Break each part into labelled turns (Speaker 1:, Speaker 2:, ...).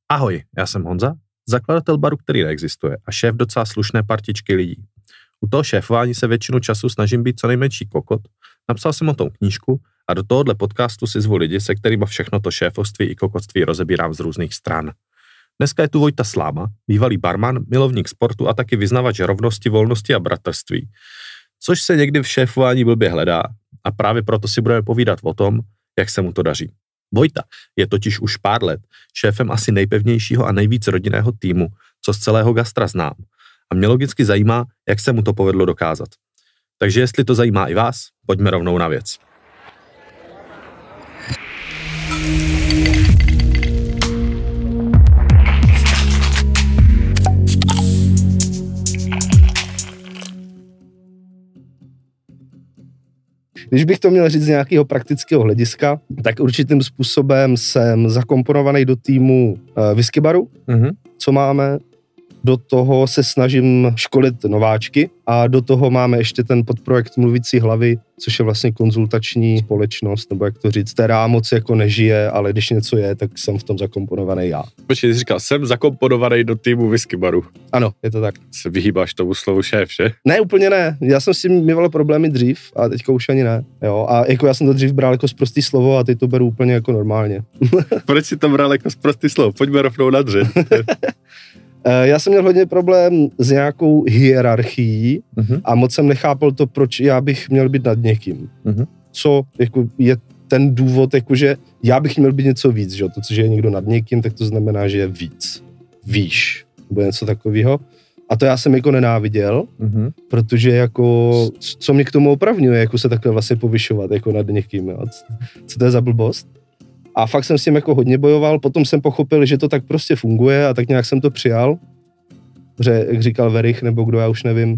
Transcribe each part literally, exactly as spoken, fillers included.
Speaker 1: Ahoj, já jsem Honza, zakladatel baru, který neexistuje a šéf docela slušné partičky lidí. U toho šéfování se většinu času snažím být co nejmenší kokot, napsal jsem o tom knížku a do tohohle podcastu si zvu lidi, se kterými všechno to šéfovství i kokotství rozebírám z různých stran. Dneska je tu Vojta Sláma, bývalý barman, milovník sportu a taky vyznavač rovnosti, volnosti a bratrství, což se někdy v šéfování blbě hledá a právě proto si budeme povídat o tom, jak se mu to daří. Vojta je totiž už pár let šéfem asi nejpevnějšího a nejvíc rodinného týmu, co z celého gastra znám. A mě logicky zajímá, jak se mu to povedlo dokázat. Takže jestli to zajímá i vás, pojďme rovnou na věc.
Speaker 2: Když bych to měl říct z nějakého praktického hlediska, tak určitým způsobem jsem zakomponovaný do týmu uh, whisky baru, mm-hmm. co máme. Do toho se snažím školit nováčky a do toho máme ještě ten podprojekt Mluvící hlavy, což je vlastně konzultační společnost, nebo jak to říct, která moc jako nežije, ale když něco je, tak jsem v tom zakomponovaný já.
Speaker 1: Počkej, jsi říkal, jsem zakomponovaný do týmu whisky baru.
Speaker 2: Ano, je to tak.
Speaker 1: Se vyhýbáš tomu slovu šéf, že?
Speaker 2: Ne, úplně ne. Já jsem s tím měl problémy dřív a teďka už ani ne. Jo, a jako já jsem to dřív bral jako sprostý slovo a teď to beru úplně jako normálně.
Speaker 1: Proč jsi to bral jako sprostý slovo? Pojďme rovnou na dře.
Speaker 2: Já jsem měl hodně problém s nějakou hierarchií uh-huh. a moc jsem nechápal to, proč já bych měl být nad někým. Uh-huh. Co jako je ten důvod, jako že já bych měl být něco víc, že? To, že je někdo nad někým, tak to znamená, že je víc. Výš. Nebo něco takového. A to já jsem jako nenáviděl, uh-huh. protože jako, co mě k tomu opravňuje, jako se takhle vlastně povyšovat jako nad někým. Jo? Co to je za blbost? A fakt jsem s tím jako hodně bojoval, potom jsem pochopil, že to tak prostě funguje a tak nějak jsem to přijal. Že, jak říkal Verich, nebo kdo, já už nevím,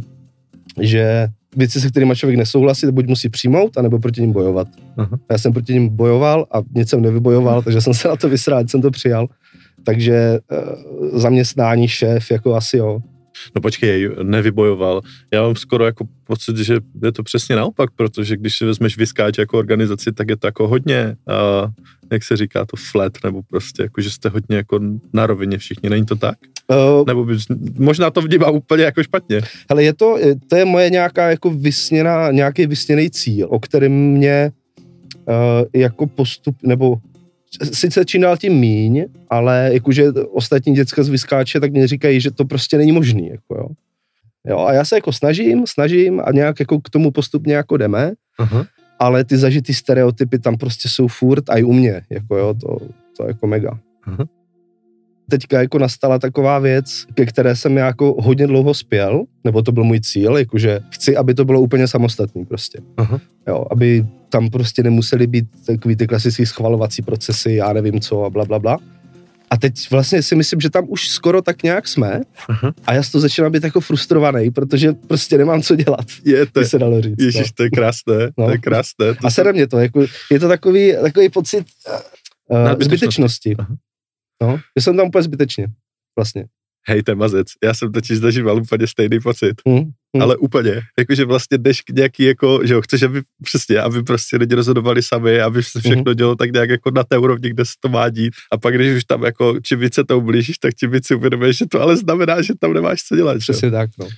Speaker 2: že věci, se kterými člověk nesouhlasí, buď musí přijmout, anebo proti ním bojovat. Aha. Já jsem proti ním bojoval a nic jsem nevybojoval, takže jsem se na to vysral, jsem to přijal. Takže e, zaměstnání šéf, jako asi jo.
Speaker 1: No počkej, nevybojoval. Já mám skoro jako pocit, že je to přesně naopak, protože když si vezmeš Whiskáč jako organizaci, tak je to jako hodně, uh, jak se říká, to flat, nebo prostě jako, že jste hodně jako na rovině všichni, není to tak? Uh, nebo by, možná to vnímám úplně jako špatně.
Speaker 2: Hele, je to, to je moje nějaká jako vysněná, nějaký vysněný cíl, o kterém mě uh, jako postup, nebo sice čím dál tím míň, ale jakože ostatní děcka z Whiskáče tak mě říkají, že to prostě není možný, jako jo. Jo, a já se jako snažím, snažím a nějak jako k tomu postupně jako jdeme, uh-huh. ale ty zažitý stereotypy tam prostě jsou furt a i u mě, jako jo, to, to je jako mega. Uh-huh. Teďka jako nastala taková věc, ke které jsem jako hodně dlouho spěl, nebo to byl můj cíl, jakože chci, aby to bylo úplně samostatný prostě. Uh-huh. Jo, aby tam prostě nemuseli být takový ty klasický schvalovací procesy, já nevím co a bla, bla, bla. A teď vlastně si myslím, že tam už skoro tak nějak jsme uh-huh. a já z toho začínám být jako frustrovaný, protože prostě nemám co dělat.
Speaker 1: Je to,
Speaker 2: se dalo říct.
Speaker 1: Ježiš, to je krásné, no. to je krásné. To
Speaker 2: a sere mě to, jako, je to takový, takový pocit uh, zbytečnosti. Uh-huh. No, že jsem tam úplně zbytečně, vlastně.
Speaker 1: Hej, to je mazec. Já jsem totiž zažíval úplně stejný pocit. Hmm, hmm. Ale úplně. Jakože vlastně jdeš k nějaký, jako, že jo, chceš, aby přesně, aby prostě lidi rozhodovali sami, aby se všechno hmm. dělo tak nějak jako na té úrovni, kde se to má dít. A pak, když už tam jako, čím více to ublížíš, tak čím víc si uvědomíš, že to ale znamená, že tam nemáš co dělat.
Speaker 2: Přesně tak, no.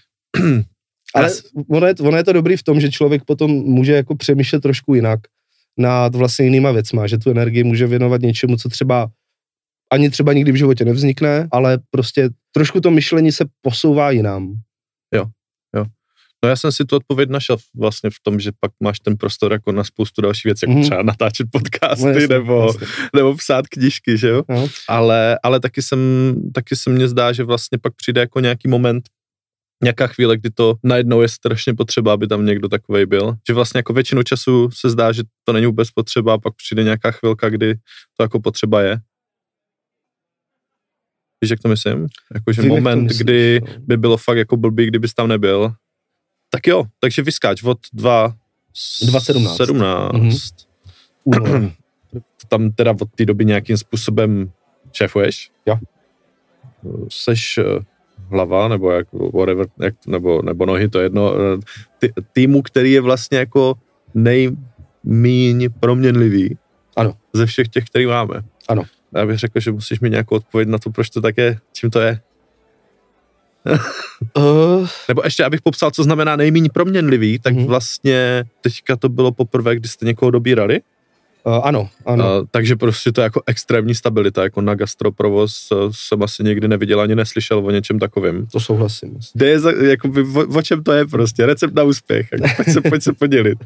Speaker 2: Ale ono je, ono je to dobrý v tom, že člověk potom může jako přemýšlet trošku jinak nad vlastně jinýma věcma, že tu energii může věnovat něčemu, co třeba ani třeba nikdy v životě nevznikne, ale prostě trošku to myšlení se posouvá jinam.
Speaker 1: Jo, jo. No já jsem si tu odpověď našel vlastně v tom, že pak máš ten prostor jako na spoustu dalších věcí, jako mm. třeba natáčet podcasty no, jasný, nebo, jasný. nebo psát knížky, že jo? No. Ale, ale taky, jsem, taky se mně zdá, že vlastně pak přijde jako nějaký moment, nějaká chvíle, kdy to najednou je strašně potřeba, aby tam někdo takovej byl. Že vlastně jako většinu času se zdá, že to není vůbec potřeba a pak přijde nějaká chvilka, kdy to jako potřeba je. Víš, jak to myslím? Jakože Vím, moment, myslíš, kdy no. by bylo fakt jako blbý, kdybys tam nebyl. Tak jo, takže Whiskáč od dva
Speaker 2: sedmnáct
Speaker 1: Mm-hmm. Tam teda od té doby nějakým způsobem šéfuješ?
Speaker 2: Jo.
Speaker 1: Seš hlava, nebo jak, whatever, jak, nebo, nebo nohy, to je jedno. Ty, týmu, který je vlastně jako nejmíň proměnlivý.
Speaker 2: Ano.
Speaker 1: Ze všech těch, který máme.
Speaker 2: Ano.
Speaker 1: Já bych řekl, že musíš mi nějakou odpověď na to, proč to tak je, čím to je. uh. Nebo ještě, abych popsal, co znamená nejméně proměnlivý, tak uh-huh. vlastně teďka to bylo poprvé, kdy jste někoho dobírali.
Speaker 2: Uh, ano, ano.
Speaker 1: Uh, takže prostě to je jako extrémní stabilita, jako na gastroprovoz uh, jsem asi nikdy neviděl ani neslyšel o něčem takovým.
Speaker 2: To souhlasím.
Speaker 1: Kde je, za, jako, o, o čem to je prostě, recept na úspěch, jako, pojď, se, pojď se podělit.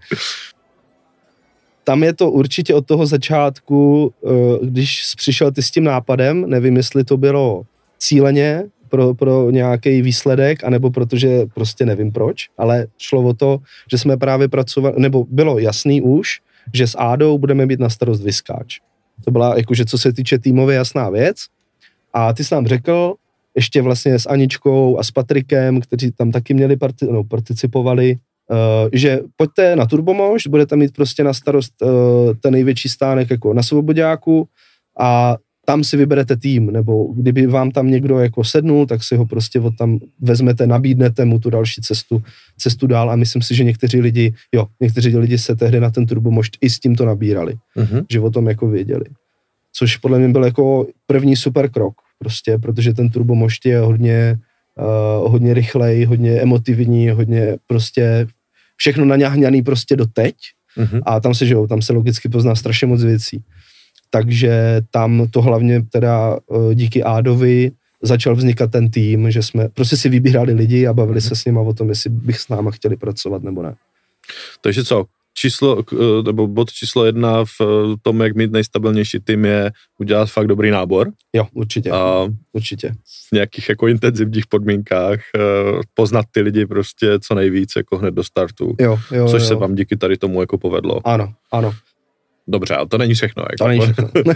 Speaker 2: Tam je to určitě od toho začátku, uh, když přišel ty s tím nápadem, nevím, jestli to bylo cíleně pro, pro nějaký výsledek, anebo protože prostě nevím proč, ale šlo o to, že jsme právě pracovali, nebo bylo jasný už, že s Ádou budeme mít na starost Viskáč. To byla jakože co se týče týmově jasná věc. A ty jsi nám řekl, ještě vlastně s Aničkou a s Patrikem, kteří tam taky měli parti, no, participovali, uh, že pojďte na Turbomošt, budete mít prostě na starost uh, ten největší stánek jako na Svoboďáku a tam si vyberete tým, nebo kdyby vám tam někdo jako sednul, tak si ho prostě od tam vezmete, nabídnete mu tu další cestu, cestu dál a myslím si, že někteří lidi, jo, někteří lidi se tehdy na ten Turbomošt i s tím to nabírali, mm-hmm. že o tom jako věděli. Což podle mě byl jako první super krok, prostě, protože ten Turbomošt je hodně, uh, hodně rychlej, hodně emotivní, hodně prostě všechno naňahňaný prostě do teď mm-hmm. a tam se, že jo, tam se logicky pozná strašně moc věcí. Takže tam to hlavně teda díky Ádovi začal vznikat ten tým, že jsme prostě si vybírali lidi a bavili se s nima o tom, jestli bych s náma chtěli pracovat nebo ne.
Speaker 1: Takže co, číslo, nebo bod číslo jedna v tom, jak mít nejstabilnější tým je udělat fakt dobrý nábor.
Speaker 2: Jo, určitě.
Speaker 1: A
Speaker 2: určitě.
Speaker 1: V nějakých jako intenzivních podmínkách poznat ty lidi prostě co nejvíc jako hned do startu.
Speaker 2: Jo, jo,
Speaker 1: což
Speaker 2: jo.
Speaker 1: se vám díky tady tomu jako povedlo.
Speaker 2: Ano, ano.
Speaker 1: Dobře, ale to není všechno. Jako.
Speaker 2: To není všechno. uh,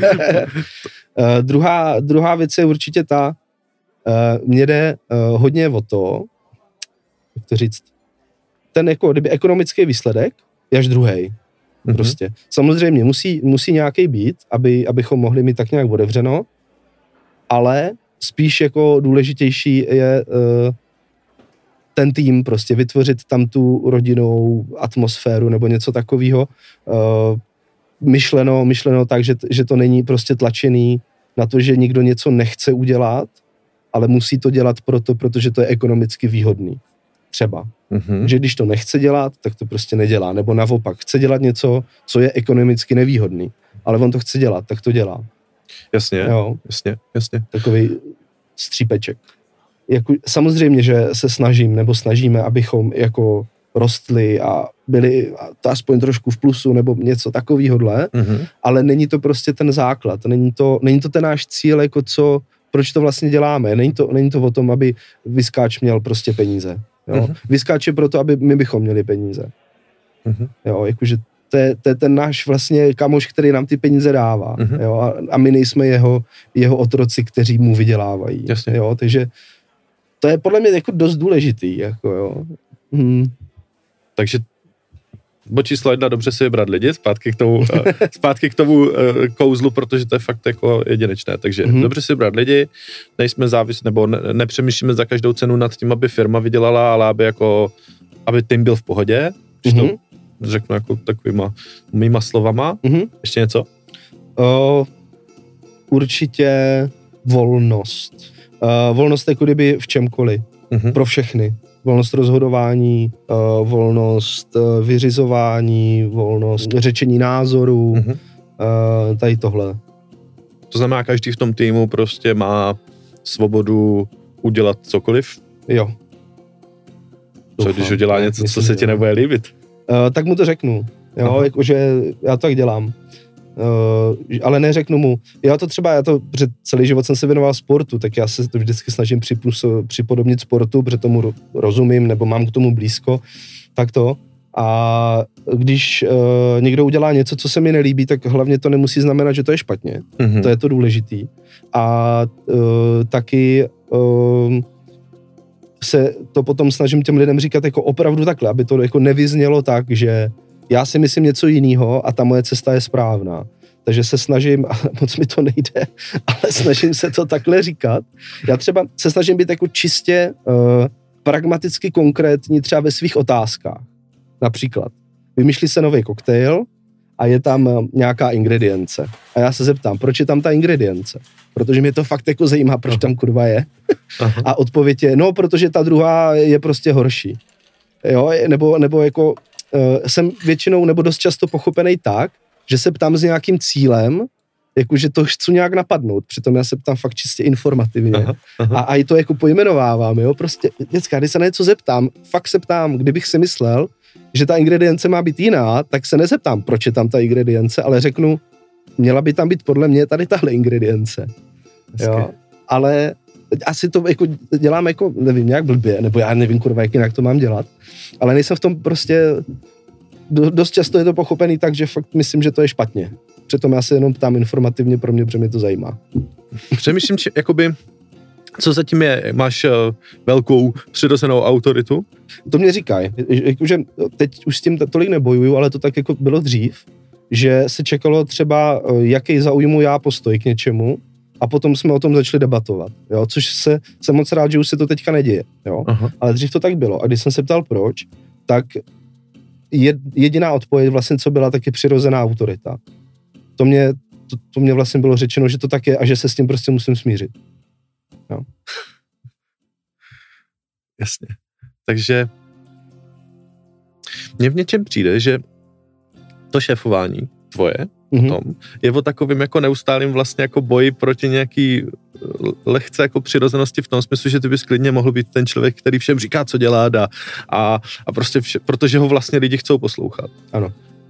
Speaker 2: druhá, druhá věc je určitě ta, uh, mě jde uh, hodně o to, jak to říct, ten jako, kdyby ekonomický výsledek je až druhej. Mm-hmm. Prostě. Samozřejmě musí, musí nějaký být, aby, abychom mohli mít tak nějak otevřeno, ale spíš jako důležitější je uh, ten tým, prostě vytvořit tam tu rodinnou atmosféru nebo něco takového. Uh, myšleno, myšleno tak, že, že to není prostě tlačený na to, že nikdo něco nechce udělat, ale musí to dělat proto, protože to je ekonomicky výhodný. Třeba. Mm-hmm. Že když to nechce dělat, tak to prostě nedělá. Nebo naopak, chce dělat něco, co je ekonomicky nevýhodný, ale on to chce dělat, tak to dělá.
Speaker 1: Jasně,
Speaker 2: jo. jasně,
Speaker 1: jasně.
Speaker 2: Takový střípeček. Jako, samozřejmě, že se snažím, nebo snažíme, abychom jako rostli a byli to aspoň trošku v plusu nebo něco takovýhodle, mm-hmm. ale není to prostě ten základ, není to, není to ten náš cíl, jako co, proč to vlastně děláme, není to, není to o tom, aby Viskáč měl prostě peníze, jo. Mm-hmm. Viskáč je proto, aby my bychom měli peníze, mm-hmm. jo, jakože to je, to je ten náš vlastně kamoš, který nám ty peníze dává, mm-hmm. jo, a, a my nejsme jeho, jeho otroci, kteří mu vydělávají,
Speaker 1: jasně.
Speaker 2: Jo, takže to je podle mě jako dost důležitý, jako jo. Hmm.
Speaker 1: Takže bod číslo jedna, dobře si vybrat lidi, zpátky k tomu, zpátky k tomu uh, kouzlu, protože to je fakt jako jedinečné. Takže mm-hmm. dobře si vybrat lidi, nejsme závis, nebo ne, nepřemýšlíme za každou cenu nad tím, aby firma vydělala, ale aby jako, aby tým byl v pohodě, když mm-hmm. to řeknu jako takovýma mýma slovama. Mm-hmm. Ještě něco?
Speaker 2: Uh, určitě volnost. Uh, volnost jako kdyby v čemkoliv. Mm-hmm. Pro všechny. Volnost rozhodování, uh, volnost uh, vyřizování, volnost řečení názorů, mm-hmm. uh, tady tohle.
Speaker 1: To znamená, každý v tom týmu prostě má svobodu udělat cokoliv?
Speaker 2: Jo.
Speaker 1: Co když udělá něco, myslím, co se ti nebude líbit?
Speaker 2: Uh, tak mu to řeknu. Jo, jakože já to tak dělám. Uh, ale neřeknu mu, já to třeba, já to, protože celý život jsem se věnoval sportu, tak já se to vždycky snažím připus, připodobnit sportu, protože tomu rozumím, nebo mám k tomu blízko, tak to. A když uh, někdo udělá něco, co se mi nelíbí, tak hlavně to nemusí znamenat, že to je špatně. Mm-hmm. To je to důležitý. A uh, taky uh, se to potom snažím těm lidem říkat jako opravdu takhle, aby to jako nevyznělo tak, že já si myslím něco jiného a ta moje cesta je správná. Takže se snažím, a moc mi to nejde, ale snažím se to takhle říkat. Já třeba se snažím být jako čistě uh, pragmaticky konkrétní třeba ve svých otázkách. Například, vymýšlí se nový koktejl a je tam nějaká ingredience. A já se zeptám, proč je tam ta ingredience? Protože mě to fakt jako zajímá, proč tam kurva je. A odpověď je, no, protože ta druhá je prostě horší. Jo, nebo, nebo jako uh, jsem většinou nebo dost často pochopený tak, že se ptám s nějakým cílem, jakože to chci nějak napadnout, přitom já se ptám fakt čistě informativně. Aha, aha. A, a i to jako pojmenovávám, jo, prostě, děcka, když se na něco zeptám, fakt se ptám, kdybych si myslel, že ta ingredience má být jiná, tak se nezeptám, proč je tam ta ingredience, ale řeknu, měla by tam být podle mě tady tahle ingredience. Jo, ale asi to jako dělám jako, nevím, nějak blbě, nebo já nevím, kurva, jak jinak to mám dělat, ale nejsem v tom prostě, dost často je to pochopený tak, že fakt myslím, že to je špatně. Přitom já se jenom ptám informativně, pro mě, protože mě to zajímá.
Speaker 1: Přemýšlím, či, jakoby, co zatím je, máš uh, velkou přirozenou autoritu?
Speaker 2: To mě říkají, že teď už s tím tolik nebojuju, ale to tak jako bylo dřív, že se čekalo třeba, jaký zaujmu já postoj k něčemu, a potom jsme o tom začali debatovat, jo, což se, jsem moc rád, že už se to teďka neděje, jo, Aha. ale dřív to tak bylo. A když jsem se ptal proč, tak jed, jediná odpověď vlastně, co byla, taky přirozená autorita. To mě, to, to mě vlastně bylo řečeno, že to tak je a že se s tím prostě musím smířit. Jo.
Speaker 1: Jasně. Takže mně v něčem přijde, že to šéfování tvoje mm-hmm. tom, je o takovým jako neustálým vlastně jako boji proti nějaký lehce jako přirozenosti v tom smyslu, že ty bys klidně mohl být ten člověk, který všem říká, co dělá a, a, a prostě vše, protože ho vlastně lidi chcou poslouchat.
Speaker 2: Ano.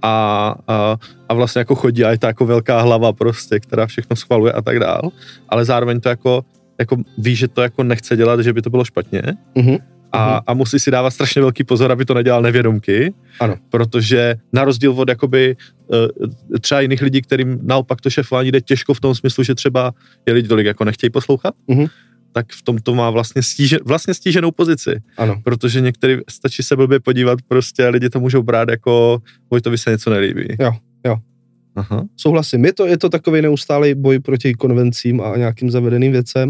Speaker 1: A, a, a vlastně jako chodí a je to jako velká hlava prostě, která všechno schvaluje a tak dál, ale zároveň to jako, jako ví, že to jako nechce dělat, že by to bylo špatně. Mm-hmm. A, a musí si dávat strašně velký pozor, aby to nedělal nevědomky,
Speaker 2: ano.
Speaker 1: Protože na rozdíl od jakoby třeba jiných lidí, kterým naopak to šéfování jde těžko v tom smyslu, že třeba je lidi tolik jako nechtějí poslouchat, mm-hmm. tak v tom to má vlastně, stíže, vlastně stíženou pozici.
Speaker 2: Ano.
Speaker 1: Protože některý stačí se blbě podívat prostě a lidi to můžou brát jako Vojtovi se něco nelíbí.
Speaker 2: Jo, jo. Aha. Souhlasím. Je to, je to takový neustálý boj proti konvencím a nějakým zavedeným věcem,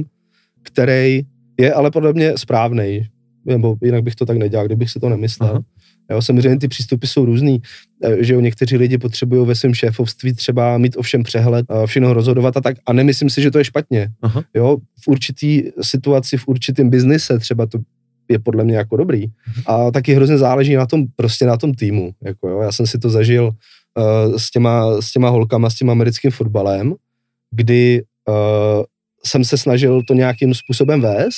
Speaker 2: který je ale podle mě správnej. Nebo jinak bych to tak nedělal, kdybych si to nemyslel. Aha. Jo, samozřejmě ty přístupy jsou různý, že jo, někteří lidi potřebují ve svém šéfovství třeba mít o všem přehled, všechno rozhodovat a tak, a nemyslím si, že to je špatně. Aha. Jo, v určitý situaci, v určitém biznise třeba to je podle mě jako dobrý. A taky hrozně záleží na tom, prostě na tom týmu. Jako jo. Já jsem si to zažil uh, s, těma, s těma holkama, s tím americkým fotbalem, kdy uh, jsem se snažil to nějakým způsobem vést,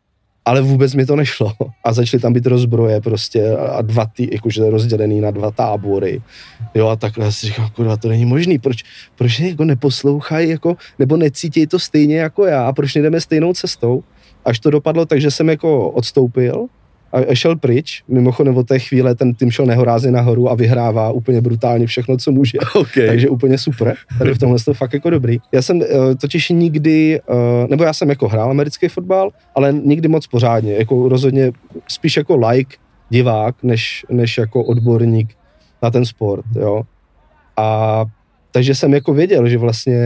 Speaker 2: ale vůbec mi to nešlo. A začaly tam být rozbroje prostě a dva tý, jakože rozdělený na dva tábory. Jo, a takhle já si říkám, kurva, to není možný. Proč, proč jako neposlouchají, jako, nebo necítějí to stejně jako já? A proč nejdeme stejnou cestou? Až to dopadlo tak, že jsem jako odstoupil a šel pryč. Mimochodem od té chvíle ten tým šel nehorázně nahoru a vyhrává úplně brutálně všechno, co může.
Speaker 1: Okay.
Speaker 2: Takže úplně super. Tady v tomhle je to fakt jako dobrý. Já jsem uh, totiž nikdy, uh, nebo já jsem jako hrál americký fotbal, ale nikdy moc pořádně. Jako rozhodně spíš jako like, divák, než, než jako odborník na ten sport. Jo. A takže jsem jako věděl, že vlastně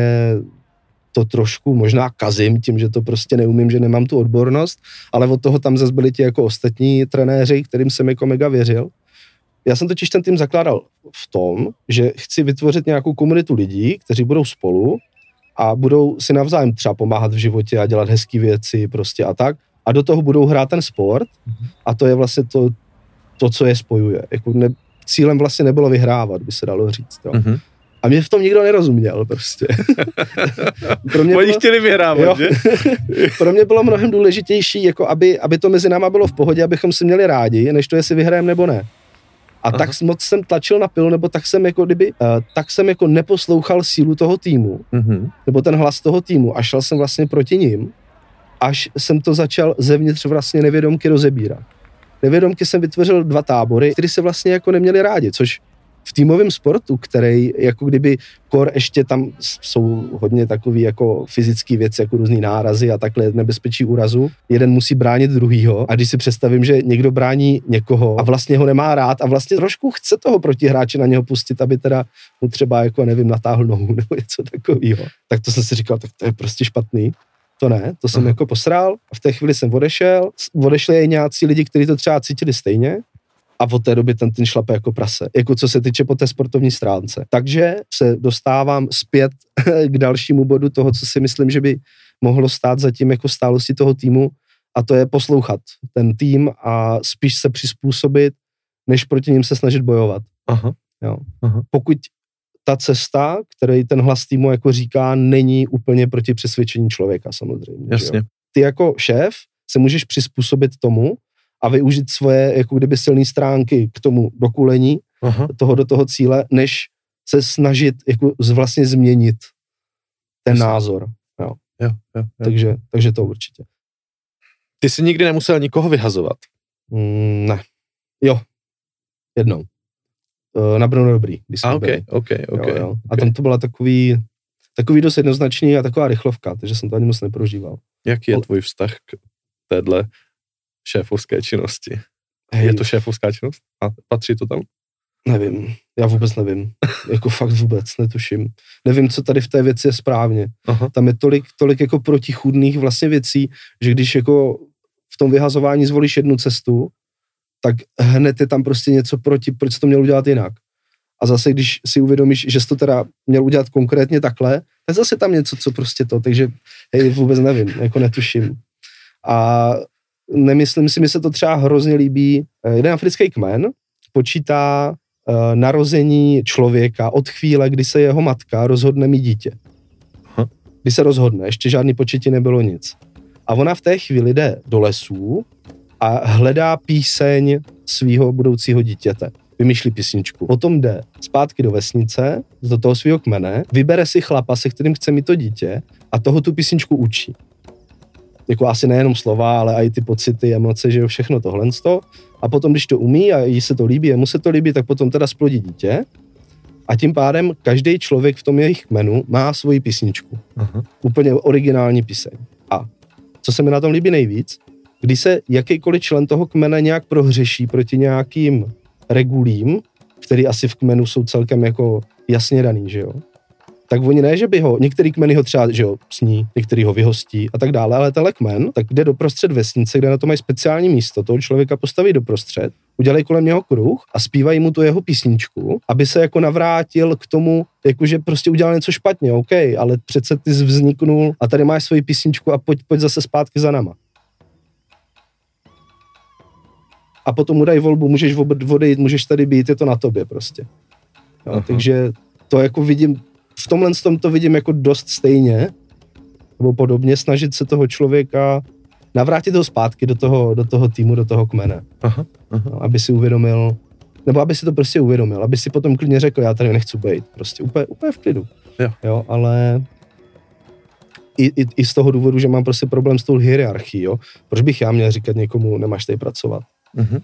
Speaker 2: to trošku možná kazím tím, že to prostě neumím, že nemám tu odbornost, ale od toho tam zase byli ti jako ostatní trenéři, kterým jsem jako mega věřil. Já jsem totiž ten tým zakládal v tom, že chci vytvořit nějakou komunitu lidí, kteří budou spolu a budou si navzájem třeba pomáhat v životě a dělat hezký věci prostě a tak. A do toho budou hrát ten sport a to je vlastně to, to co je spojuje. Jako ne, cílem vlastně nebylo vyhrávat, by se dalo říct. Jo. Mm-hmm. A mě v tom nikdo nerozuměl prostě. Pro mě
Speaker 1: Oni
Speaker 2: bylo,
Speaker 1: chtěli vyhrávat, že?
Speaker 2: Pro mě bylo mnohem důležitější, jako aby, aby to mezi náma bylo v pohodě, abychom si měli rádi, než to, jestli vyhrajeme nebo ne. A Aha. tak moc jsem tlačil na pilu, nebo tak jsem jako kdyby, uh, tak jsem jako neposlouchal sílu toho týmu, mm-hmm. nebo ten hlas toho týmu a šel jsem vlastně proti ním, až jsem to začal zevnitř vlastně nevědomky rozebírat. Nevědomky jsem vytvořil dva tábory, které se vlastně jako neměli rádi, což v týmovém sportu, který jako kdyby kor ještě tam jsou hodně takový jako fyzický věci, jako různý nárazy a takhle nebezpečí úrazu. Jeden musí bránit druhýho a když si představím, že někdo brání někoho a vlastně ho nemá rád a vlastně trošku chce toho protihráče na něho pustit, aby teda mu třeba jako nevím, natáhl nohu nebo něco takového, tak to jsem si říkal, tak to je prostě špatný. To ne, to jsem Aha. jako posral a v té chvíli jsem odešel. Odešli i nějací lidi, kteří to třeba cítili stejně. A od té doby ten tým šlape jako prase, jako co se týče po té sportovní stránce. Takže se dostávám zpět k dalšímu bodu toho, co si myslím, že by mohlo stát za tím jako stálosti toho týmu, a to je poslouchat ten tým a spíš se přizpůsobit, než proti ním se snažit bojovat.
Speaker 1: Aha.
Speaker 2: Jo.
Speaker 1: Aha.
Speaker 2: Pokud ta cesta, který ten hlas týmu jako říká, není úplně proti přesvědčení člověka samozřejmě.
Speaker 1: Jasně.
Speaker 2: Ty jako šéf se můžeš přizpůsobit tomu a využít svoje jako kdyby silné stránky k tomu dokulení Aha. toho do toho cíle, než se snažit jako vlastně změnit ten Jasně. názor. Jo.
Speaker 1: Jo, jo, jo.
Speaker 2: Takže, takže to určitě.
Speaker 1: Ty jsi nikdy nemusel nikoho vyhazovat?
Speaker 2: Mm, ne. Jo. Jednou. Uh, na Brno Dobrý. Když jsme
Speaker 1: a, okay,
Speaker 2: byli.
Speaker 1: okay, okay,
Speaker 2: jo, jo.
Speaker 1: okay.
Speaker 2: A tam to byla takový, takový dost jednoznačný a taková rychlovka, takže jsem to ani moc neprožíval.
Speaker 1: Jaký je tvůj vztah k téhle šéfovské činnosti?
Speaker 2: Hej.
Speaker 1: Je to šéfovská činnost? A patří to tam?
Speaker 2: Nevím. Já vůbec nevím. Jako fakt vůbec netuším. Nevím, co tady v té věci je správně. Aha. Tam je tolik, tolik jako protichůdných vlastně věcí, že když jako v tom vyhazování zvolíš jednu cestu, tak hned je tam prostě něco proti, proč jsi to měl udělat jinak. A zase, když si uvědomíš, že jsi to teda měl udělat konkrétně takhle, tak zase tam něco, co prostě to, takže hej, vůbec nevím, jako netuším. A nemyslím si, mi se to třeba hrozně líbí. Jeden africký kmen počítá uh, narození člověka od chvíle, kdy se jeho matka rozhodne mít dítě. Aha. Kdy se rozhodne, ještě žádný početí nebylo nic. A ona v té chvíli jde do lesů a hledá píseň svého budoucího dítěte. Vymýšlí písničku. Potom jde zpátky do vesnice, do toho svého kmene, vybere si chlapa, se kterým chce mít to dítě a toho tu písničku učí. Jako asi nejenom slova, ale i ty pocity, emoce, že jo, všechno tohle. A potom, když to umí a jí se to líbí, jemu se to líbí, tak potom teda splodí dítě. A tím pádem každý člověk v tom jejich kmenu má svoji písničku. Aha. Úplně originální píseň. A co se mi na tom líbí nejvíc, když se jakýkoliv člen toho kmene nějak prohřeší proti nějakým regulím, který asi v kmenu jsou celkem jako jasně daný, že jo, tak oni ne, že by ho, některý kmeny ho třeba, že jo, sní, některý ho vyhostí a tak dále, ale tenhle kmen, tak jde doprostřed vesnice, kde na to mají speciální místo, toho člověka postaví doprostřed, udělají kolem něho kruh a zpívají mu tu jeho písničku, aby se jako navrátil k tomu, jakože prostě udělal něco špatně, OK, ale přece ty jsi vzniknul a tady máš svoji písničku a pojď, pojď zase zpátky za náma. A potom mu dají volbu, můžeš odejít, můžeš tady být, je to na tobě prostě. Jo, takže to jako vidím, v tomhle tom to vidím jako dost stejně, nebo podobně, snažit se toho člověka navrátit ho zpátky do toho, do toho týmu, do toho kmene. Aha, aha. No, aby si uvědomil, nebo aby si to prostě uvědomil, aby si potom klidně řekl, já tady nechci být, prostě úplně, úplně v klidu.
Speaker 1: Jo.
Speaker 2: Jo, ale i, i, i z toho důvodu, že mám prostě problém s tou hierarchií, jo. Proč bych já měl říkat někomu, nemáš tady pracovat? Mhm.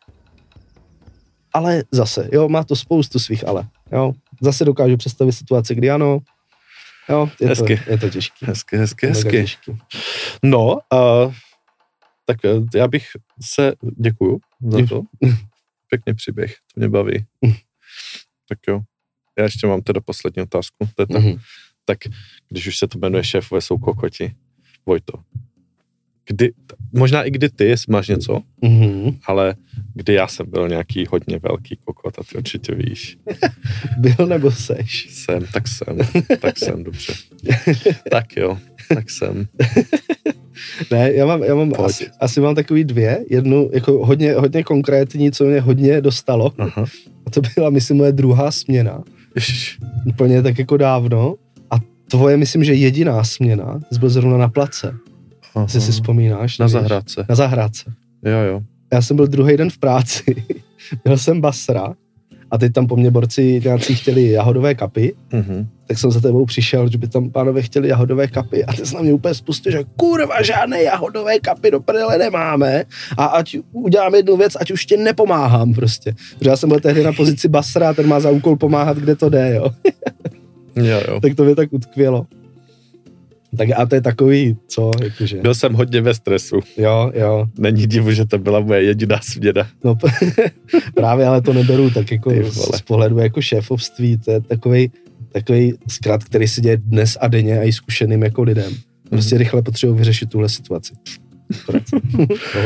Speaker 2: Ale zase, jo, má to spoustu svých ale, jo. Zase dokážu představit situaci, kdy ano, jo, je, hezky. To, je to těžký.
Speaker 1: Hezky, hezky, hezky. Těžký. No, uh, tak já bych se, děkuju za to, pěkně příběh, to mě baví. Tak jo, já ještě mám teda poslední otázku, to je ta, mm-hmm. Tak když už se to jmenuje Šéfové jsou kokoti, Vojto, kdy, možná i kdy ty máš něco, mm-hmm. ale kdy já jsem byl nějaký hodně velký kokot a ty určitě víš.
Speaker 2: Byl nebo seš?
Speaker 1: Jsem, tak jsem, tak jsem, dobře. Tak jo, tak jsem.
Speaker 2: Ne, já mám, já mám asi, asi mám takový dvě, jednu jako hodně, hodně konkrétní, co mě hodně dostalo. Aha. A to byla, myslím, moje druhá směna. Ježiš. Úplně tak jako dávno. A tvoje, myslím, že jediná směna, jsi byl zrovna na place. Aha. Jestli si vzpomínáš.
Speaker 1: Na zahrádce.
Speaker 2: Na zahrádce.
Speaker 1: Jo, jo.
Speaker 2: Já jsem byl druhý den v práci, měl jsem basra a teď tam po mně borci nějací chtěli jahodové kapy, mm-hmm. tak jsem za tebou přišel, že by tam pánové chtěli jahodové kapy a ty jsi na mě úplně spustil, že kurva, žádné jahodové kapy do prdele nemáme a ať udělám jednu věc, ať už tě nepomáhám prostě. Protože já jsem byl tehdy na pozici basra a ten má za úkol pomáhat, kde to jde, jo.
Speaker 1: jo, jo.
Speaker 2: Tak to mě tak utkvělo. Tak a to je takový, co, jakože...
Speaker 1: Byl jsem hodně ve stresu.
Speaker 2: Jo, jo.
Speaker 1: Není divu, že to byla moje jediná směna.
Speaker 2: No právě, ale to neberu tak jako z pohledu jako šéfovství, to je takovej, takovej zkrat, který se děje dnes a denně a i zkušeným jako lidem. Prostě mm. rychle potřebuji vyřešit tuhle situaci. Pohoda.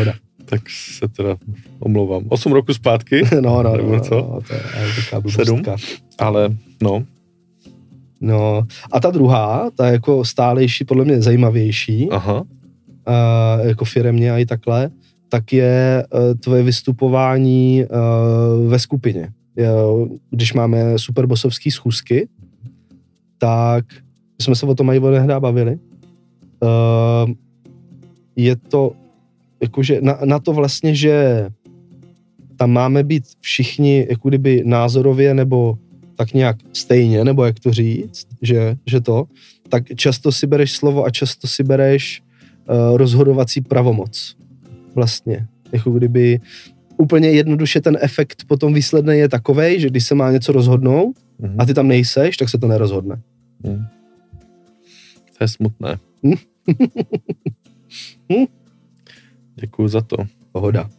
Speaker 1: tak se teda omlouvám. Osm roku zpátky?
Speaker 2: No, no,
Speaker 1: nebo
Speaker 2: no,
Speaker 1: co?
Speaker 2: no, to je taková
Speaker 1: Sedm, ale no.
Speaker 2: No, a ta druhá, ta jako stálejší, podle mě zajímavější,
Speaker 1: Aha.
Speaker 2: Uh, jako firemně a i takhle, tak je uh, tvoje vystupování uh, ve skupině. Jo, když máme superbossovský schůzky, tak jsme se o tom i odehdá bavili. Uh, je to jakože na, na to vlastně, že tam máme být všichni jako kdyby názorově nebo tak nějak stejně, nebo jak to říct, že, že to, tak často si bereš slovo a často si bereš uh, rozhodovací pravomoc. Vlastně. Jako kdyby úplně jednoduše ten efekt potom výsledný je takovej, že když se má něco rozhodnout mm-hmm. a ty tam nejseš, tak se to nerozhodne.
Speaker 1: Mm. To je smutné.
Speaker 2: hm?
Speaker 1: Děkuju za to.
Speaker 2: Pohoda.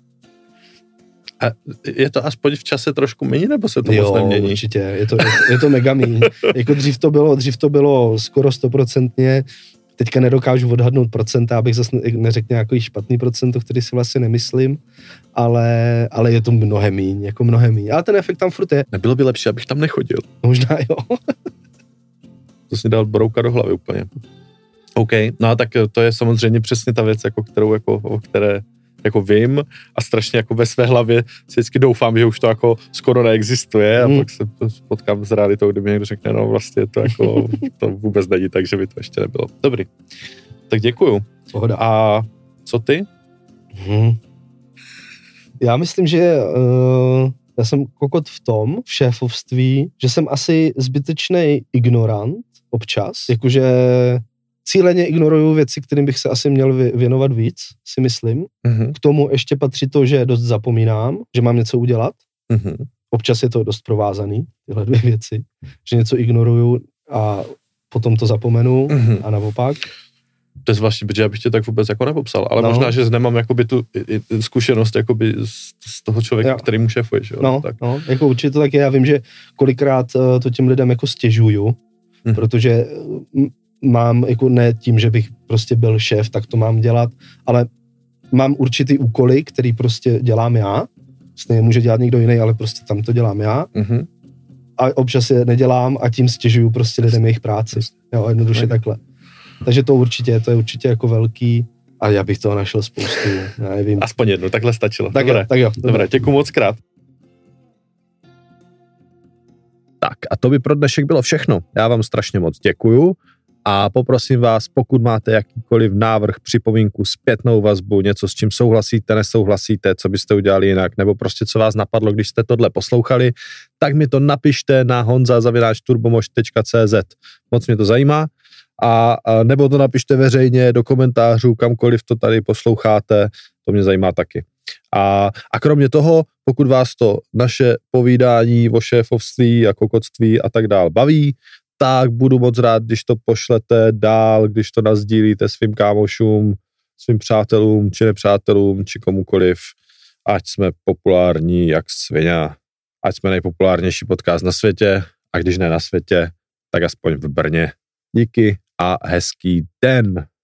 Speaker 1: A je to aspoň v čase trošku méně, nebo se to moc nemění?
Speaker 2: Jo, určitě. Je to, je, je to mega míň. Jako dřív to bylo, dřív to bylo skoro stoprocentně. Teďka nedokážu odhadnout procenta, abych zase neřekl nějaký špatný procento, který si vlastně nemyslím, ale, ale je to mnohem míň, jako mnohem míň. Ale ten efekt tam furt je.
Speaker 1: Nebylo by lepší, abych tam nechodil.
Speaker 2: Možná jo.
Speaker 1: To si dal brouka do hlavy úplně. OK, no a tak to je samozřejmě přesně ta věc, jako kterou, jako, o které jako vím a strašně jako ve své hlavě si vždycky doufám, že už to jako skoro neexistuje a hmm. pak se potkám s realitou, kdy mi někdo řekne, no vlastně to jako to vůbec není tak, že by to ještě nebylo. Dobrý. Tak děkuju.
Speaker 2: Pohoda.
Speaker 1: A co ty?
Speaker 2: Hmm. Já myslím, že uh, já jsem kokot v tom, v šéfovství, že jsem asi zbytečný ignorant občas, jakože cíleně ignoruju věci, kterým bych se asi měl věnovat víc, si myslím. Mm-hmm. K tomu ještě patří to, že dost zapomínám, že mám něco udělat. Mm-hmm. Občas je to dost provázaný, tyhle dvě věci, že něco ignoruju a potom to zapomenu mm-hmm. a naopak.
Speaker 1: To je zvláštní, protože já bych tě tak vůbec jako nepopsal, ale no. možná, že nemám jakoby tu zkušenost jakoby z, z toho člověka, jo. který mu šéfuješ. Jo?
Speaker 2: No,
Speaker 1: tak.
Speaker 2: no, jako určitě to tak je. Já vím, že kolikrát to těm lidem jako stěžuju, mm-hmm. protože mám, jako ne tím, že bych prostě byl šéf, tak to mám dělat, ale mám určitý úkoly, který prostě dělám já. Vlastně může dělat někdo jiný, ale prostě tam to dělám já. Mm-hmm. A občas je nedělám a tím stěžuju prostě lidem jejich práci. Jo, jednoduše okay. takhle. Takže to určitě, to je určitě jako velký, a já bych toho našel spoustu, já nevím.
Speaker 1: Aspoň jedno, takhle stačilo.
Speaker 2: Tak
Speaker 1: dobré,
Speaker 2: jo, tak jo.
Speaker 1: Dobré, děkuju moc krát. Tak a to by pro dnešek bylo všechno. Já vám strašně moc děkuju. A poprosím vás, pokud máte jakýkoliv návrh, připomínku, zpětnou vazbu, něco, s čím souhlasíte, nesouhlasíte, co byste udělali jinak, nebo prostě co vás napadlo, když jste tohle poslouchali, tak mi to napište na honza zavináč turbomož tečka cé zet. Moc mě to zajímá. A, a nebo to napište veřejně do komentářů, kamkoliv to tady posloucháte, to mě zajímá taky. A, a kromě toho, pokud vás to naše povídání o šéfovství a kokotství a tak dál baví, tak budu moc rád, když to pošlete dál, když to nasdílíte svým kámošům, svým přátelům, či nepřátelům, či komukoliv, ať jsme populární jak svině, ať jsme nejpopulárnější podcast na světě, a když ne na světě, tak aspoň v Brně. Díky a hezký den.